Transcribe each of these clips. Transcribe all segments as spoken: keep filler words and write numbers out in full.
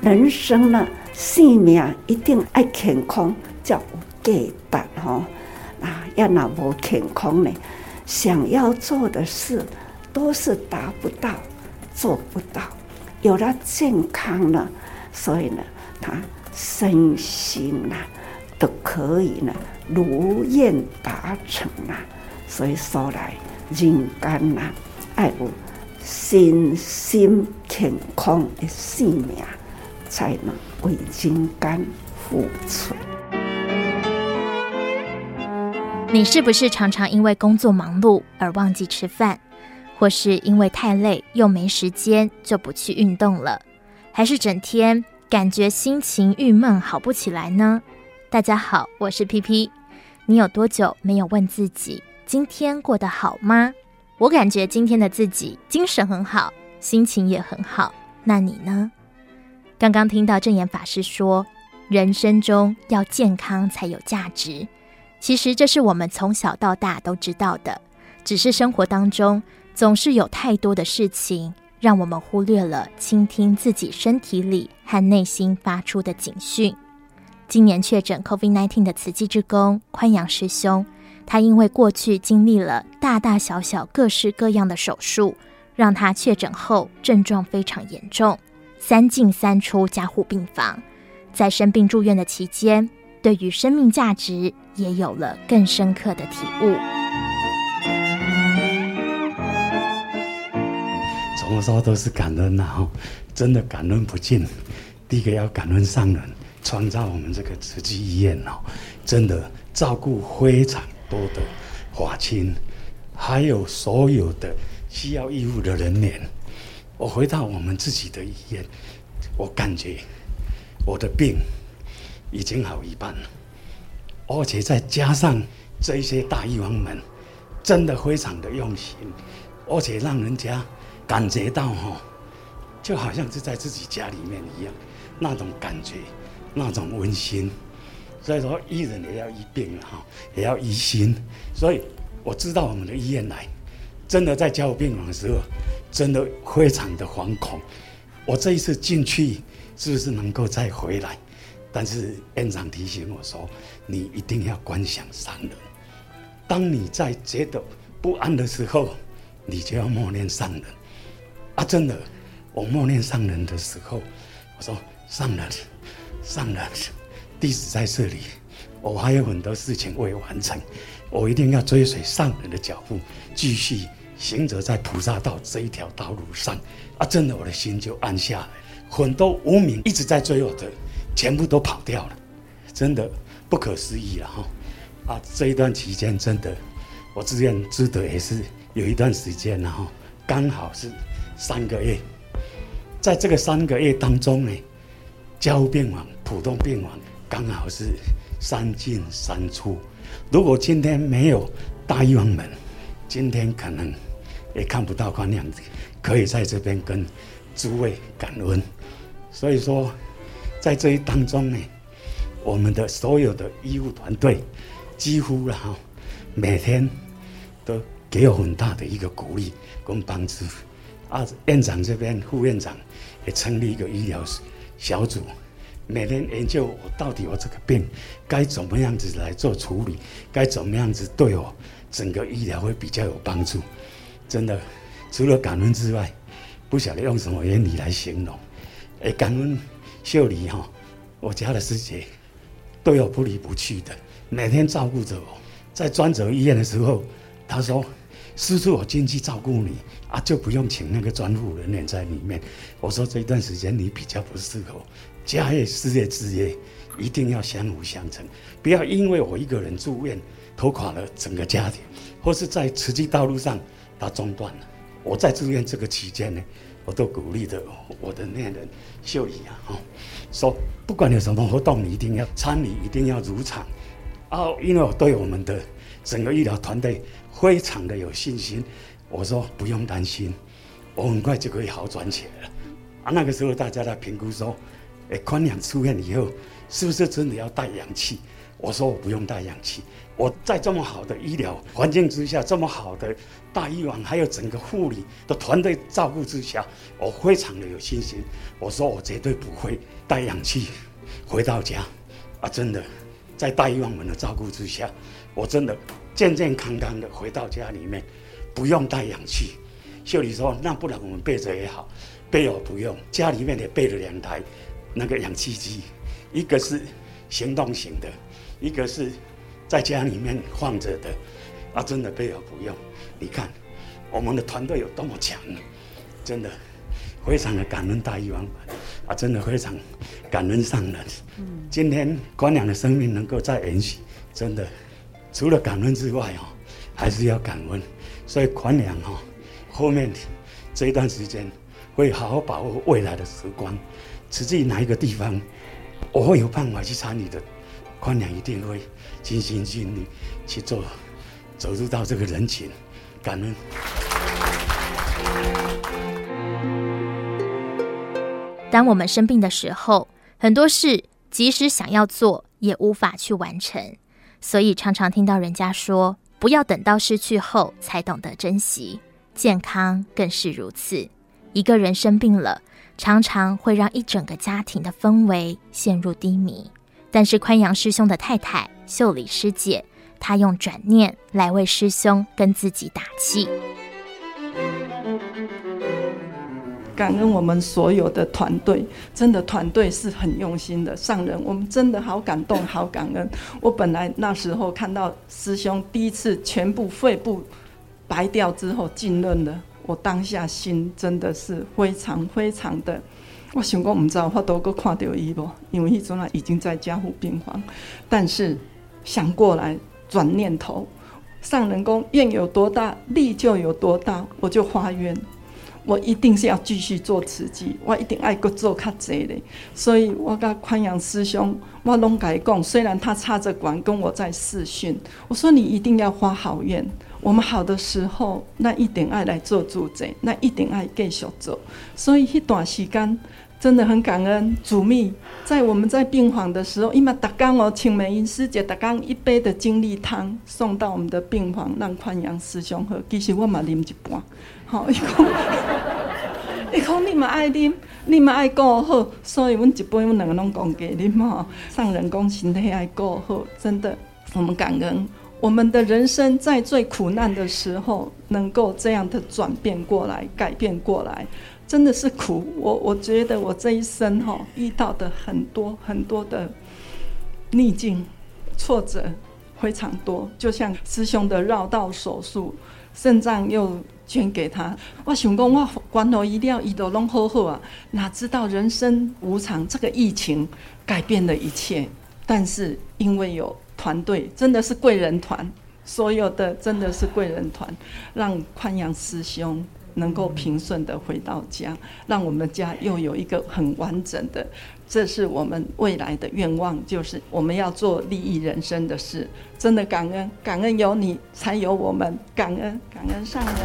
人生呢，生命一定要健康，才有价值吼。啊，要那无健康呢，想要做的事都是达不到，做不到。有了健康呢，所以呢，他身心呐、啊、都可以呢如愿达成啊。所以说来，人间呐、啊，要有身心健康的生命，才能为人间付出。 你是不是常常因为工作忙碌而忘记吃饭，或是因为太累又没时间就不去运动了，还是整天感觉心情郁闷好不起来呢？大家好，我是 P P。 你有多久没有问自己今天过得好吗？我感觉今天的自己精神很好，心情也很好，那你呢？刚刚听到正言法师说，人生中要健康才有价值，其实这是我们从小到大都知道的，只是生活当中总是有太多的事情让我们忽略了倾听自己身体里和内心发出的警讯。今年确诊 COVID 十九 的慈济志工宽阳师兄，他因为过去经历了大大小小各式各样的手术，让他确诊后症状非常严重，三进三出加护病房。在生病住院的期间，对于生命价值也有了更深刻的体悟。 怎么说都是感恩啊，真的感恩不尽。第一个要感恩上人创造我们这个慈济医院哦，真的照顾非常多的法亲，还有所有的需要医护的人员。我回到我们自己的医院，我感觉我的病已经好一半了，而且再加上这一些大医王们，真的非常的用心，而且让人家感觉到哈，就好像是在自己家里面一样，那种感觉，那种温馨。所以说，医人也要医病了哈，也要医心。所以我知道我们的医院来，真的在加护病房的时候，真的非常的惶恐。我这一次进去，是不是能够再回来？但是院长提醒我说，你一定要观想上人。当你在觉得不安的时候，你就要默念上人。啊，真的，我默念上人的时候，我说上人，上人，弟子在这里，我还有很多事情未完成，我一定要追随上人的脚步，继续行走在菩萨道这一条道路上。啊，真的，我的心就安下来。很多无名一直在追我的，全部都跑掉了，真的不可思议了哈！啊，这一段期间真的，我自愿知得也是有一段时间了哈，刚好是三个月，在这个三个月当中呢，加护病房、普通病房刚好是三进三出。如果今天没有大医王们，今天可能也看不到看样子，可以在这边跟诸位感恩。所以说，在这一当中呢，我们的所有的医护团队几乎了哈，每天都给我很大的一个鼓励跟帮助。啊，院长这边、副院长也成立一个医疗小组，每天研究我到底我这个病该怎么样子来做处理，该怎么样子对我整个医疗会比较有帮助。真的，除了感恩之外，不晓得用什么原理来形容。诶，感恩秀丽哈，我家的师姐对我不离不弃的，每天照顾着我。在专责医院的时候，她说：“师父，我进去照顾你啊，就不用请那个专护人员在里面。”我说：“这一段时间你比较不适合，家业、事业、职业一定要相辅相成，不要因为我一个人住院，拖垮了整个家庭，或是在慈济道路上它中断了。”我在住院这个期间呢，我都鼓励着我的恋人秀仪啊，哦，说不管有什么活动，你一定要参与，一定要入场啊，因为我对我们的整个医疗团队非常的有信心。我说不用担心，我很快就可以好转起来了。啊，那个时候大家在评估说，哎，宽阳出院以后是不是真的要带氧气？ 我说我不用带氧气，我在这么好的医疗环境之下，这么好的大医院还有整个护理的团队照顾之下，我非常的有信心。我说我绝对不会带氧气回到家啊！真的，在大医院们的照顾之下，我真的健健康康的回到家里面，不用带氧气。秀丽说：“那不然我们备着也好。”备我不用，家里面也备了两台那个氧气机，一个是行动型的，一个是在家里面放着的。啊，真的备我不用。你看我们的团队有多么强，真的非常的感恩大医院啊，真的非常感恩上人。嗯、今天宽良的生命能够再延续，真的除了感恩之外哦，还是要感恩。所以宽良哦，后面这一段时间会好好把握未来的时光。实际哪一个地方我会有办法去参与的，宽良一定会尽心尽力去做，走入到这个人群，感恩。 当我们生病的时候，很多事即使想要做，也无法去完成，所以常常听到人家说，不要等到失去后才懂得珍惜，健康更是如此。一个人生病了，常常会让一整个家庭的氛围陷入低迷。但是宽阳师兄的太太秀丽师姐，她用转念来为师兄跟自己打气。 感恩我们所有的团队，真的团队是很用心的。上人，我们真的好感动，好感恩。我本来那时候看到师兄第一次全部肺部白掉之后浸润了，我当下心真的是非常非常的，我想说不知道我都够看到他不，因为那时候已经在加护病房。但是想过来转念头，上人说愿有多大力就有多大，我就发愿。我一定是要继续做慈济，我一定爱搁做较济的。所以我跟宽阳师兄，我拢跟他讲，虽然他插着管跟我在视讯，我说你一定要发好愿。我们好的时候，那一定爱来做主者，那一定爱继续做。所以那段时间真的很感恩主秘，在我们在病房的时候，因为每天哦，请美英师姐每天一杯的精力汤送到我们的病房，让宽阳师兄喝。其实我嘛啉一半。好，伊讲，伊讲你嘛爱啉，你嘛爱顾好，所以阮一杯阮两个拢讲给啉吼。上人讲身体爱顾好，真的，我们感恩我们的人生在最苦难的时候，能够这样的转变过来、改变过来，真的是苦。我我觉得我这一生哈遇到的很多很多的逆境、挫折非常多，就像师兄的绕道手术，肾脏又捐给他，我想说我管好医疗，伊都拢好好啊，哪知道人生无常，这个疫情改变了一切。但是因为有团队，真的是贵人团，所有的真的是贵人团，让宽阳师兄能够平顺的回到家，让我们家又有一个很完整的，这是我们未来的愿望，就是我们要做利益人生的事。真的感恩，感恩有你才有我们，感恩感恩上人。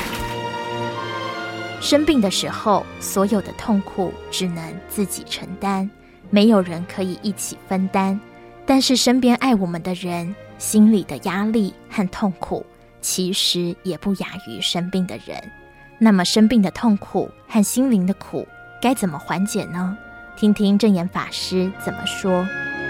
生病的时候，所有的痛苦只能自己承担，没有人可以一起分担。但是身边爱我们的人，心里的压力和痛苦，其实也不亚于生病的人。那么生病的痛苦和心灵的苦，该怎么缓解呢？听听正言法师怎么说。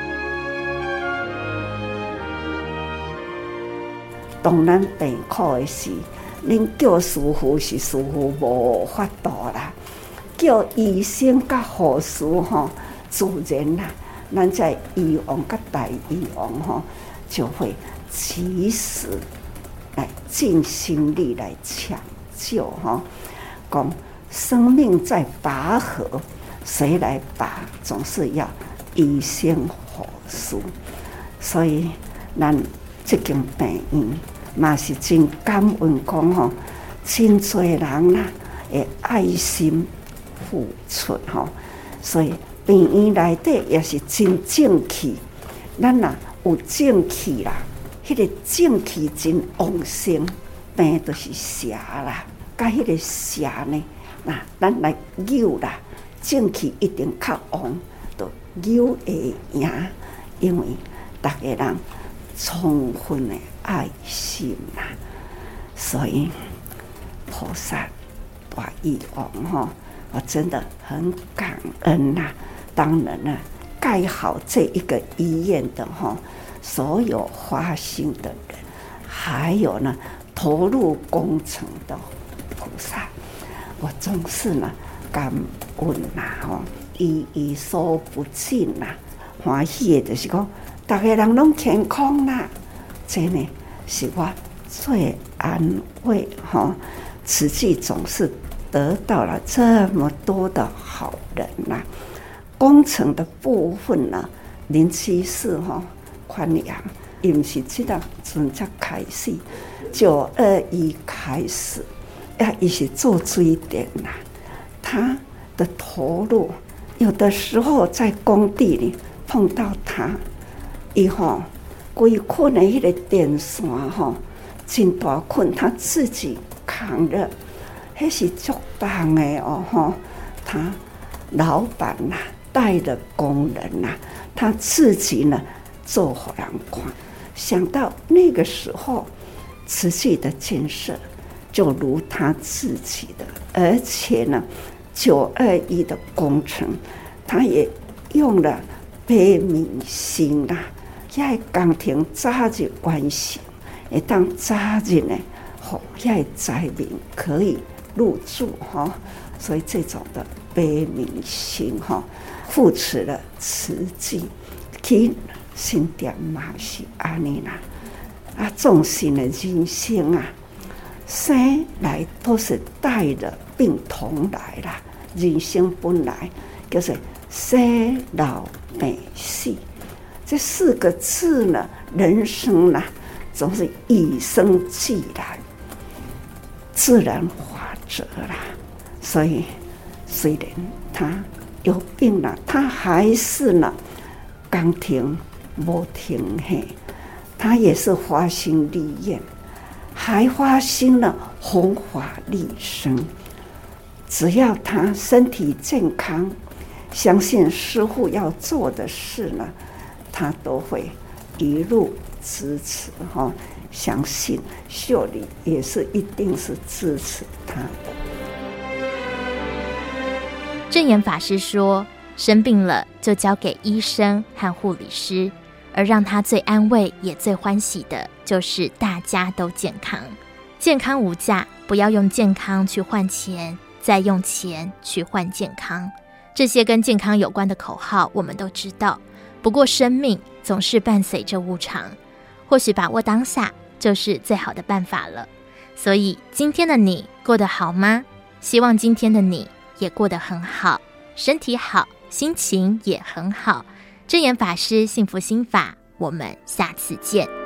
当咱病苦的时，恁叫师父是师父无法度啦，叫医生甲护士吼，自然啦，咱在医王甲大医王吼，就会及时来尽心力来抢救吼。讲生命在拔河，谁来拔？总是要医生护士。所以咱这间病院嘛是真感恩，讲吼，真多人啦会爱心付出吼，所以病院内底也是真正气。咱若有正气啦，迄、那个正气真旺盛，病就是邪啦，甲迄个邪呢，那咱来扭啦，正气一定较旺，就扭会赢，因为大家人充分的爱心呐、啊。所以菩萨大义王哈，我真的很感恩呐、啊。当然呢，盖好这一个医院的哈，所有花心的人，还有呢投入工程的菩萨，我总是呢感恩呐吼，依依所不尽呐，欢喜的就是讲，大家人拢健康啦，这呢是我最安慰哈。慈济总是得到了这么多的好人呐、啊。工程的部分呢，林七四哈宽阳，伊毋是即个阵才开始，九二一开始，呀，伊是做水电呐，他的投入，有的时候在工地里碰到他，伊吼规捆的迄个电线吼，真大捆，他自己扛着，迄是足重的哦吼，他老板呐、啊。带的工人呐、啊，他自己呢做火阳光，想到那个时候慈济的建设就如他自己的，而且呢九二一的工程，他也用了悲悯心呐、啊，遐工程早日完成，会当早日呢，吼遐灾民可以入住哈，所以这种的悲悯心哈。扶持了慈济，其心点嘛是安尼啦。啊，众生的人生啊，生来都是带着病同来啦。人生本来就是生老病死，这四个字呢，人生呢、啊，总是与生俱来，自然法则啦。所以，虽然他有病了，他还是呢，刚停没停嘿，他也是发心立愿，还发心了弘法利生。只要他身体健康，相信师父要做的事呢，他都会一路支持哈。相信秀丽也是一定是支持他的。 证严法师说，生病了就交给医生和护理师，而让他最安慰也最欢喜的就是大家都健康。健康无价，不要用健康去换钱，再用钱去换健康。这些跟健康有关的口号我们都知道，不过生命总是伴随着无常，或许把握当下就是最好的办法了。所以今天的你过得好吗？希望今天的你也过得很好，身体好，心情也很好。证严法师幸福心法，我们下次见。